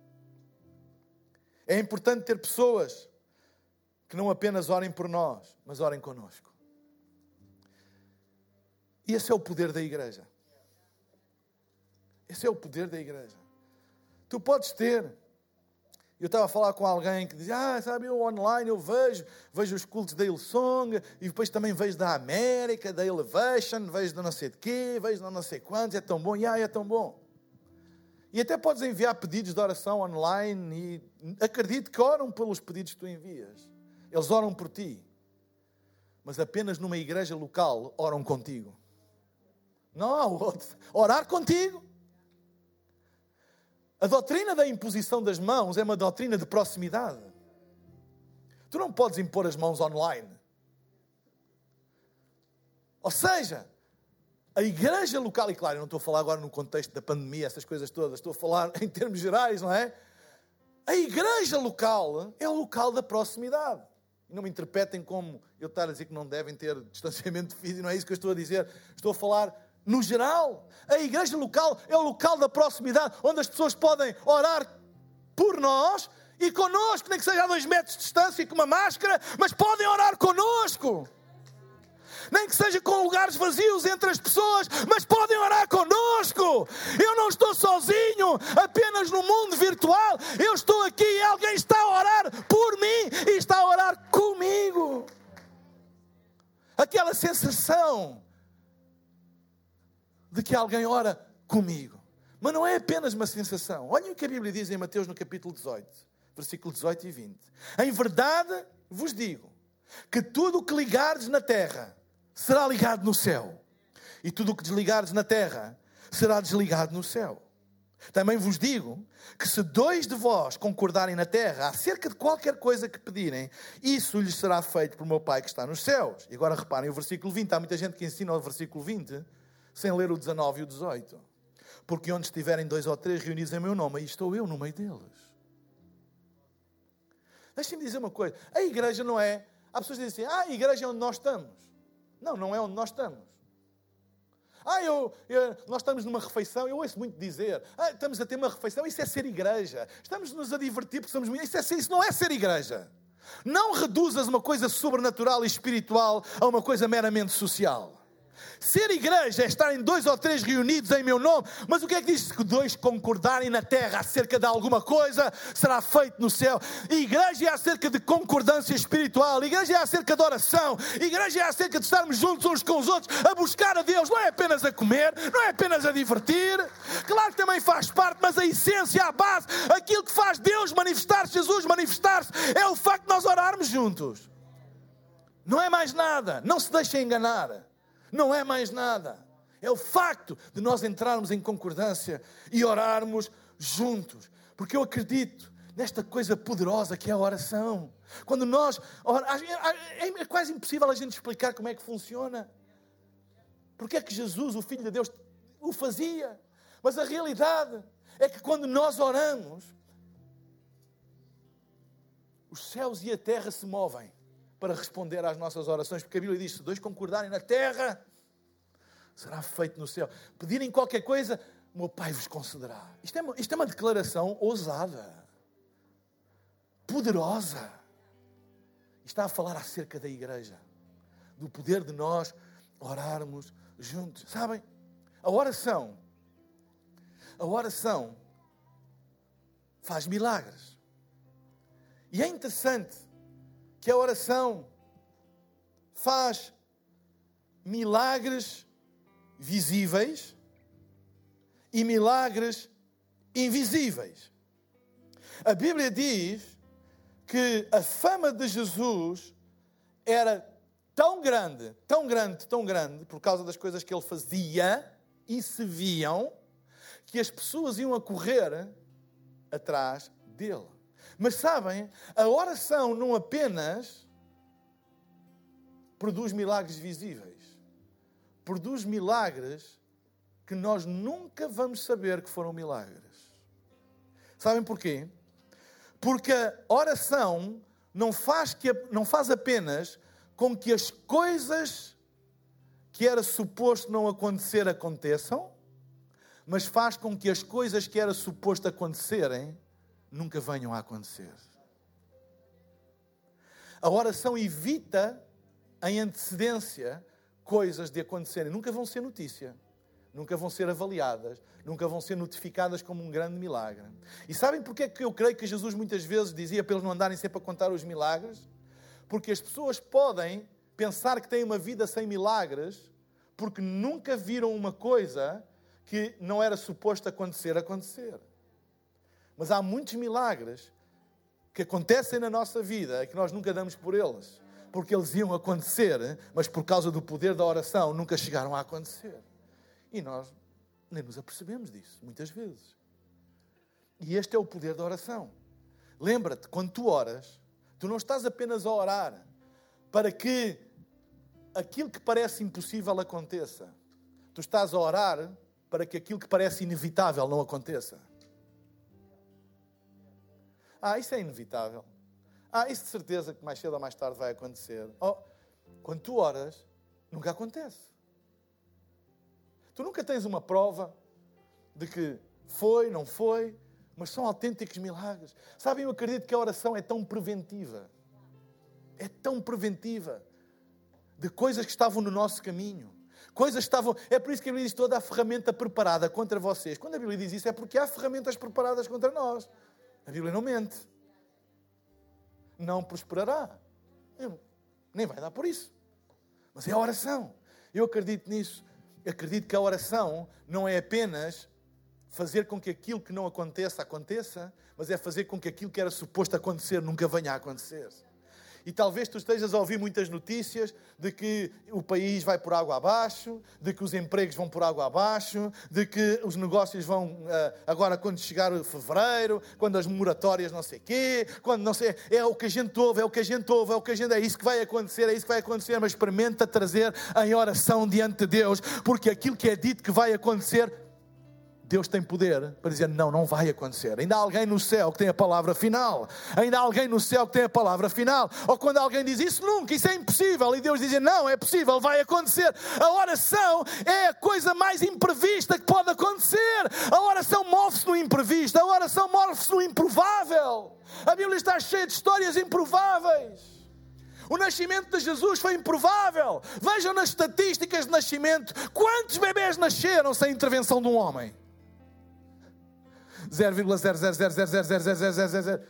É importante ter pessoas que não apenas orem por nós, mas orem connosco. E esse é o poder da igreja. Esse é o poder da igreja. Tu podes ter. Eu estava a falar com alguém que dizia, sabe, eu online eu vejo os cultos da Hillsong, e depois também vejo da América, da Elevation, vejo de não sei de quê, vejo de não sei quantos, é tão bom, é tão bom. E até podes enviar pedidos de oração online, e acredito que oram pelos pedidos que tu envias. Eles oram por ti. Mas apenas numa igreja local oram contigo. Não há outro. Orar contigo. A doutrina da imposição das mãos é uma doutrina de proximidade. Tu não podes impor as mãos online. Ou seja, a igreja local, e claro, eu não estou a falar agora no contexto da pandemia, essas coisas todas, estou a falar em termos gerais, não é? A igreja local é o local da proximidade. E não me interpretem como eu estar a dizer que não devem ter distanciamento físico, não é isso que eu estou a dizer. Estou a falar no geral. A igreja local é o local da proximidade, onde as pessoas podem orar por nós e connosco, nem que seja a 2 metros de distância e com uma máscara, mas podem orar connosco. Nem que seja com lugares vazios entre as pessoas, mas podem orar connosco. Eu não estou sozinho, apenas no mundo virtual. Eu estou aqui e alguém está a orar por mim e está a orar comigo. Aquela sensação de que alguém ora comigo. Mas não é apenas uma sensação. Olhem o que a Bíblia diz em Mateus no capítulo 18, versículo 18 e 20. Em verdade vos digo que tudo o que ligardes na terra será ligado no céu, e tudo o que desligardes na terra será desligado no céu. Também vos digo que se 2 de vós concordarem na terra acerca de qualquer coisa que pedirem, isso lhes será feito por meu Pai que está nos céus. E agora reparem o versículo 20. Há muita gente que ensina o versículo 20 sem ler o 19 e o 18. Porque onde estiverem 2 ou 3 reunidos em meu nome, aí estou eu no meio deles. Deixem-me dizer uma coisa. A igreja não é... Há pessoas que dizem assim, a igreja é onde nós estamos. Não, não é onde nós estamos. Nós estamos numa refeição, eu ouço muito dizer, estamos a ter uma refeição, isso é ser igreja. Estamos-nos a divertir porque somos muito... Isso não é ser igreja. Não reduzas uma coisa sobrenatural e espiritual a uma coisa meramente social. Ser igreja é estarem 2 ou 3 reunidos em meu nome. Mas o que é que diz? Que 2 concordarem na terra acerca de alguma coisa, será feito no céu. Igreja é acerca de concordância espiritual. Igreja é acerca de oração. Igreja é acerca de estarmos juntos uns com os outros, a buscar a Deus. Não é apenas a comer, não é apenas a divertir. Claro que também faz parte, mas a essência, a base, aquilo que faz Deus manifestar-se, Jesus manifestar-se, é o facto de nós orarmos juntos. Não é mais nada. Não se deixem enganar. Não é mais nada. É o facto de nós entrarmos em concordância e orarmos juntos. Porque eu acredito nesta coisa poderosa que é a oração. Quando nós oramos, é quase impossível a gente explicar como é que funciona. Porque é que Jesus, o Filho de Deus, o fazia. Mas a realidade é que quando nós oramos, os céus e a terra se movem para responder às nossas orações, porque a Bíblia diz, se 2 concordarem na terra, será feito no céu. Pedirem qualquer coisa, o meu Pai vos concederá. Isto é uma declaração ousada, poderosa. Está a falar acerca da igreja, do poder de nós orarmos juntos. Sabem, a oração faz milagres. E é interessante que a oração faz milagres visíveis e milagres invisíveis. A Bíblia diz que a fama de Jesus era tão grande, tão grande, tão grande, por causa das coisas que ele fazia e se viam, que as pessoas iam a correr atrás dele. Mas sabem, a oração não apenas produz milagres visíveis. Produz milagres que nós nunca vamos saber que foram milagres. Sabem porquê? Porque a oração não faz apenas com que as coisas que era suposto não acontecer aconteçam, mas faz com que as coisas que era suposto acontecerem nunca venham a acontecer. A oração evita em antecedência coisas de acontecerem. Nunca vão ser notícia, nunca vão ser avaliadas, nunca vão ser notificadas como um grande milagre. E sabem porque é que eu creio que Jesus muitas vezes dizia para eles não andarem sempre a contar os milagres? Porque as pessoas podem pensar que têm uma vida sem milagres porque nunca viram uma coisa que não era suposto acontecer. Mas há muitos milagres que acontecem na nossa vida que nós nunca damos por eles. Porque eles iam acontecer, mas por causa do poder da oração nunca chegaram a acontecer. E nós nem nos apercebemos disso, muitas vezes. E este é o poder da oração. Lembra-te, quando tu oras, tu não estás apenas a orar para que aquilo que parece impossível aconteça. Tu estás a orar para que aquilo que parece inevitável não aconteça. Isso é inevitável. Isso de certeza que mais cedo ou mais tarde vai acontecer. Quando tu oras, nunca acontece. Tu nunca tens uma prova de que foi, não foi, mas são autênticos milagres. Sabem, eu acredito que a oração é tão preventiva. É tão preventiva de coisas que estavam no nosso caminho. Coisas estavam... É por isso que a Bíblia diz toda a ferramenta preparada contra vocês. Quando a Bíblia diz isso é porque há ferramentas preparadas contra nós. A Bíblia não mente. Não prosperará. Nem vai dar por isso. Mas é a oração. Eu acredito nisso. Eu acredito que a oração não é apenas fazer com que aquilo que não aconteça, aconteça, mas é fazer com que aquilo que era suposto acontecer nunca venha a acontecer. E talvez tu estejas a ouvir muitas notícias de que o país vai por água abaixo, de que os empregos vão por água abaixo, de que os negócios vão, agora quando chegar o fevereiro, quando as moratórias não sei quê, quando não sei... É o que a gente ouve, é isso que vai acontecer, mas experimenta trazer em oração diante de Deus, porque aquilo que é dito que vai acontecer, Deus tem poder para dizer, não vai acontecer. Ainda há alguém no céu que tem a palavra final. Ou quando alguém diz, isso nunca, isso é impossível. E Deus diz, não, é possível, vai acontecer. A oração é a coisa mais imprevista que pode acontecer. A oração move-se no imprevisto. A oração move-se no improvável. A Bíblia está cheia de histórias improváveis. O nascimento de Jesus foi improvável. Vejam nas estatísticas de nascimento. Quantos bebés nasceram sem intervenção de um homem? 0,000000000.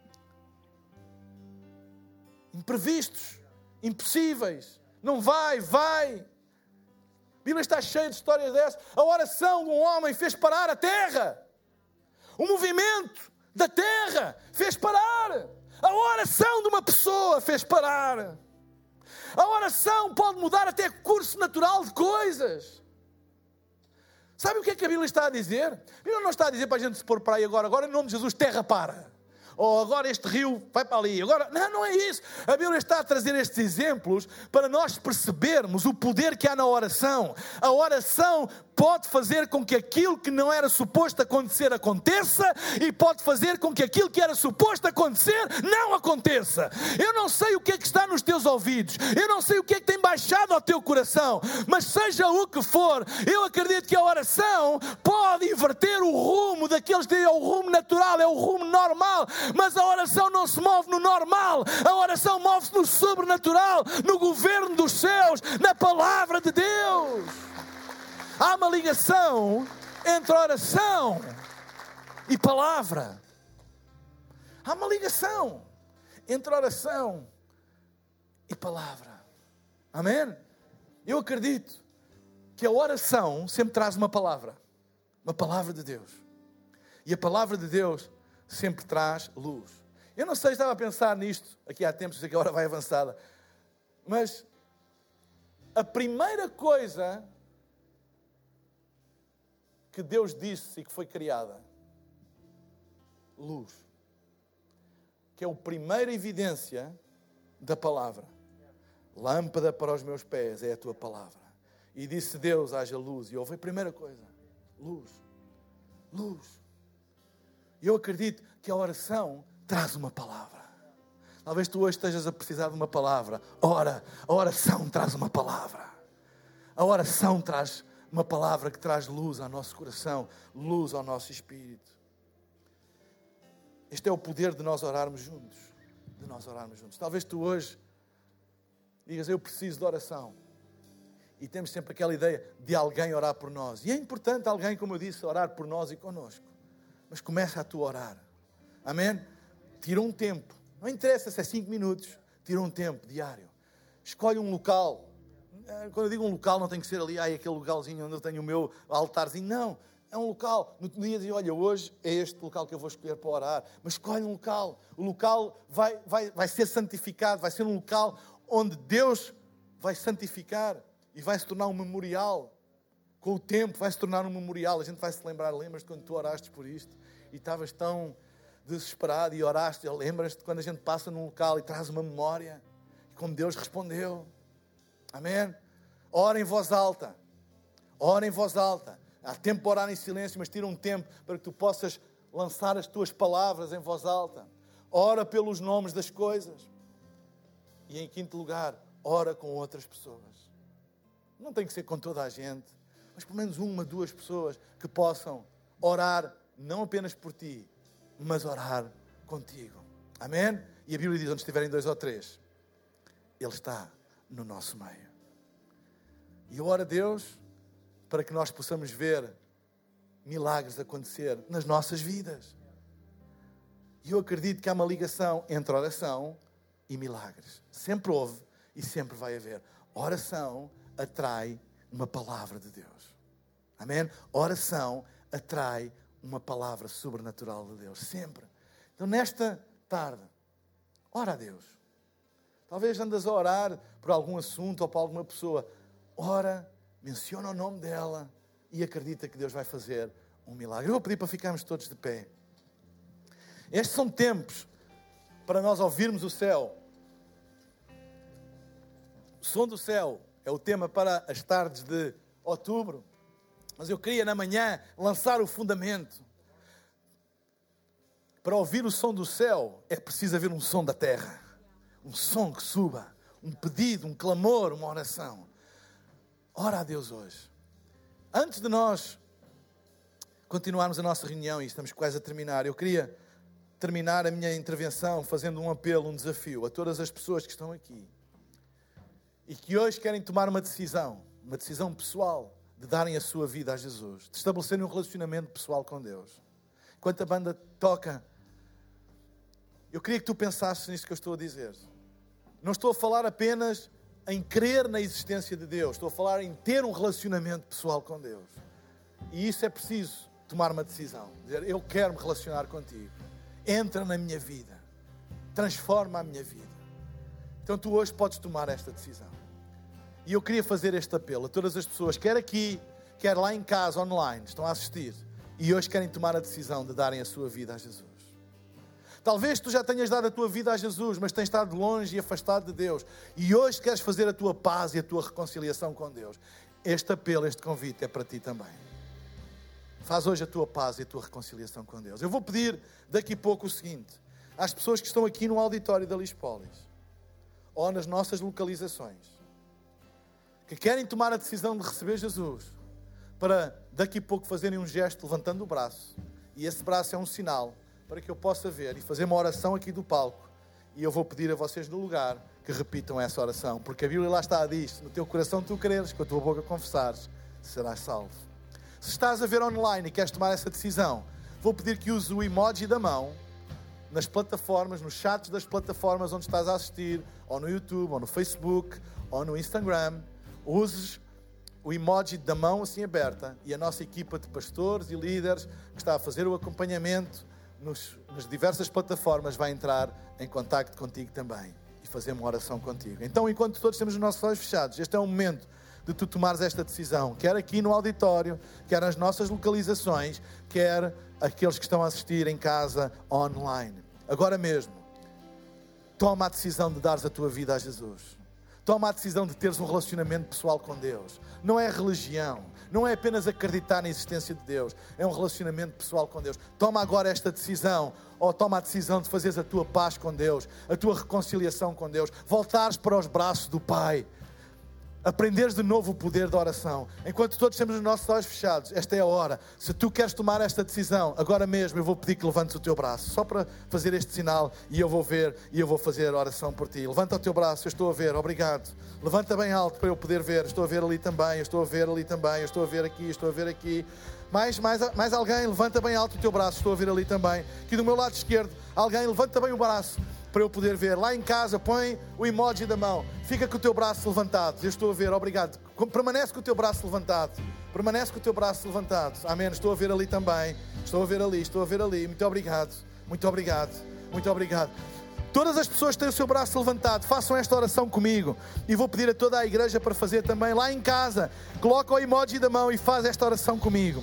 Imprevistos, impossíveis. Não vai. A Bíblia está cheia de histórias dessas. A oração de um homem fez parar a terra. O movimento da terra fez parar. A oração de uma pessoa fez parar. A oração pode mudar até o curso natural de coisas. Sabe o que é que a Bíblia está a dizer? A Bíblia não está a dizer para a gente se pôr para aí agora em nome de Jesus, terra para. Ou agora este rio vai para ali. Não é isso. A Bíblia está a trazer estes exemplos para nós percebermos o poder que há na oração. A oração pode fazer com que aquilo que não era suposto acontecer, aconteça, e pode fazer com que aquilo que era suposto acontecer, não aconteça. Eu não sei o que é que está nos teus ouvidos, eu não sei o que é que tem baixado ao teu coração, mas seja o que for, eu acredito que a oração pode inverter o rumo daqueles que é o rumo natural, é o rumo normal, mas a oração não se move no normal, a oração move-se no sobrenatural, no governo dos céus, na palavra de Deus. Há uma ligação entre oração e palavra. Há uma ligação entre oração e palavra. Amém? Eu acredito que a oração sempre traz uma palavra de Deus. E a palavra de Deus sempre traz luz. Eu não sei, estava a pensar nisto aqui há tempos, sei que a hora vai avançada, mas a primeira coisa que Deus disse e que foi criada, luz, que é a primeira evidência da palavra. Lâmpada para os meus pés é a tua palavra. E disse Deus, haja luz. E houve a primeira coisa, luz. E eu acredito que a oração traz uma palavra. Talvez tu hoje estejas a precisar de uma palavra. Ora, a oração traz uma palavra. A oração traz uma palavra que traz luz ao nosso coração, luz ao nosso espírito. Este é o poder de nós orarmos juntos. Talvez tu hoje digas, eu preciso de oração. E temos sempre aquela ideia de alguém orar por nós. E é importante alguém, como eu disse, orar por nós e connosco. Mas começa a tu orar. Amém? Tira um tempo. Não interessa se é 5 minutos. Tira um tempo diário. Escolhe um local. Quando eu digo um local, não tem que ser ali, aquele localzinho onde eu tenho o meu altarzinho. Não, é um local. No dia diz, olha, hoje é este local que eu vou escolher para orar. Mas escolhe um local. O local vai ser santificado, vai ser um local onde Deus vai santificar e vai se tornar um memorial. Com o tempo vai se tornar um memorial. A gente vai se lembrar, lembras-te quando tu oraste por isto e estavas tão desesperado e oraste, lembras-te quando a gente passa num local e traz uma memória e como Deus respondeu. Amém? Ora em voz alta. Há tempo para orar em silêncio, mas tira um tempo para que tu possas lançar as tuas palavras em voz alta. ora pelos nomes das coisas. E em quinto lugar, ora com outras pessoas. Não tem que ser com toda a gente, mas pelo menos 1, 2 pessoas que possam orar não apenas por ti, mas orar contigo. Amém? E a Bíblia diz, onde estiverem 2 ou 3, Ele está no nosso meio. E eu oro a Deus para que nós possamos ver milagres acontecer nas nossas vidas. E eu acredito que há uma ligação entre oração e milagres. Sempre houve e sempre vai haver. Oração atrai uma palavra de Deus. Amém? Oração atrai uma palavra sobrenatural de Deus. Sempre. Então, nesta tarde, ora a Deus. Talvez andas a orar por algum assunto ou por alguma pessoa. Ora, menciona o nome dela e acredita que Deus vai fazer um milagre. Eu vou pedir para ficarmos todos de pé. Estes são tempos para nós ouvirmos o céu. O som do céu é o tema para as tardes de outubro. Mas eu queria na manhã lançar o fundamento. Para ouvir o som do céu é preciso haver um som da terra. Um som que suba. Um pedido, um clamor, uma oração. Ora a Deus hoje. Antes de nós continuarmos a nossa reunião, e estamos quase a terminar, eu queria terminar a minha intervenção fazendo um apelo, um desafio a todas as pessoas que estão aqui e que hoje querem tomar uma decisão pessoal, de darem a sua vida a Jesus, de estabelecerem um relacionamento pessoal com Deus. Enquanto a banda toca, eu queria que tu pensasses nisso que eu estou a dizer. Não estou a falar apenas em crer na existência de Deus, estou a falar em ter um relacionamento pessoal com Deus. E isso é preciso tomar uma decisão, dizer, eu quero me relacionar contigo. Entra na minha vida, transforma a minha vida. Então tu hoje podes tomar esta decisão. E eu queria fazer este apelo a todas as pessoas, quer aqui, quer lá em casa, online, estão a assistir, e hoje querem tomar a decisão de darem a sua vida a Jesus. Talvez tu já tenhas dado a tua vida a Jesus, mas tens estado longe e afastado de Deus, e hoje queres fazer a tua paz e a tua reconciliação com Deus. Este apelo, este convite é para ti também. Faz hoje a tua paz e a tua reconciliação com Deus. Eu vou pedir daqui a pouco o seguinte, às pessoas que estão aqui no auditório da Lispolis, ou nas nossas localizações, que querem tomar a decisão de receber Jesus, para daqui a pouco fazerem um gesto levantando o braço, e esse braço é um sinal para que eu possa ver e fazer uma oração aqui do palco, e eu vou pedir a vocês no lugar que repitam essa oração, porque a Bíblia lá está, diz, no teu coração tu creres, com a tua boca confessares, serás salvo. Se estás a ver online e queres tomar essa decisão, vou pedir que uses o emoji da mão nas plataformas, nos chats das plataformas onde estás a assistir, ou no YouTube, ou no Facebook, ou no Instagram. Uses o emoji da mão assim aberta e a nossa equipa de pastores e líderes que está a fazer o acompanhamento nas diversas plataformas vai entrar em contacto contigo também e fazer uma oração contigo. Então, enquanto todos temos os nossos olhos fechados, este é o momento de tu tomares esta decisão, quer aqui no auditório, quer nas nossas localizações, quer aqueles que estão a assistir em casa online. Agora mesmo, toma a decisão de dares a tua vida a Jesus. Toma a decisão de teres um relacionamento pessoal com Deus. Não é religião, não é apenas acreditar na existência de Deus, é um relacionamento pessoal com Deus. Toma agora esta decisão, ou toma a decisão de fazeres a tua paz com Deus, a tua reconciliação com Deus, voltares para os braços do Pai, aprenderes de novo o poder da oração. Enquanto todos temos os nossos olhos fechados, esta é a hora. Se tu queres tomar esta decisão, agora mesmo eu vou pedir que levantes o teu braço, só para fazer este sinal, e eu vou ver, e eu vou fazer a oração por ti. Levanta o teu braço, eu estou a ver, obrigado. Levanta bem alto para eu poder ver, estou a ver ali também, eu estou a ver ali também, eu estou a ver aqui, eu estou a ver aqui. Mais alguém, levanta bem alto o teu braço, estou a ver ali também. Aqui do meu lado esquerdo, alguém levanta bem o braço, para eu poder ver. Lá em casa, põe o emoji da mão. Fica com o teu braço levantado. Eu estou a ver, obrigado. Permanece com o teu braço levantado. Permanece com o teu braço levantado. Amém. Estou a ver ali também. Estou a ver ali, estou a ver ali. Muito obrigado. Muito obrigado. Muito obrigado. Todas as pessoas que têm o seu braço levantado, façam esta oração comigo. E vou pedir a toda a igreja para fazer também. Lá em casa, coloca o emoji da mão e faz esta oração comigo.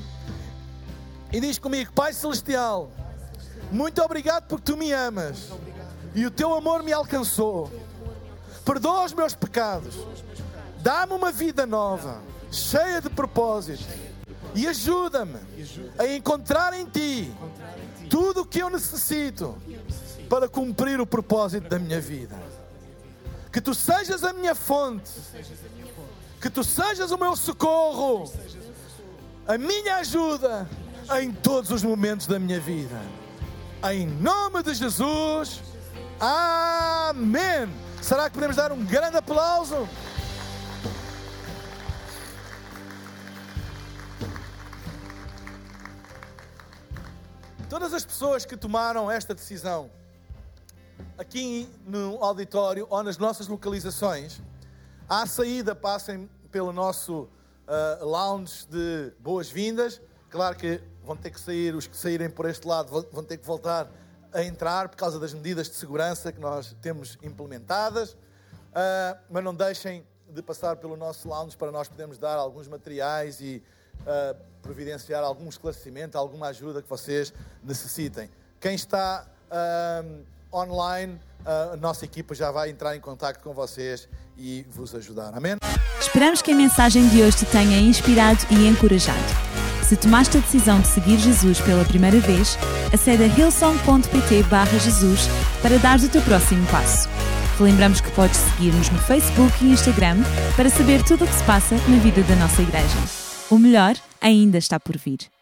E diz comigo: Pai Celestial, muito obrigado porque tu me amas. E o teu amor me alcançou. Perdoa os meus pecados. Dá-me uma vida nova, cheia de propósito. E ajuda-me a encontrar em ti tudo o que eu necessito para cumprir o propósito da minha vida. Que Tu sejas a minha fonte, que Tu sejas o meu socorro, a minha ajuda em todos os momentos da minha vida. Em nome de Jesus, amém. Será que podemos dar um grande aplauso? Todas as pessoas que tomaram esta decisão aqui no auditório ou nas nossas localizações, à saída passem pelo nosso lounge de boas-vindas. Claro que vão ter que sair, os que saírem por este lado vão ter que voltar a entrar por causa das medidas de segurança que nós temos implementadas, mas não deixem de passar pelo nosso lounge para nós podermos dar alguns materiais e providenciar algum esclarecimento, alguma ajuda que vocês necessitem. Quem está online, a nossa equipa já vai entrar em contato com vocês e vos ajudar. Amém? Esperamos que a mensagem de hoje te tenha inspirado e encorajado. Se tomaste a decisão de seguir Jesus pela primeira vez, acede a hillsong.pt/Jesus para dares o teu próximo passo. Relembramos que podes seguir-nos no Facebook e Instagram para saber tudo o que se passa na vida da nossa igreja. O melhor ainda está por vir.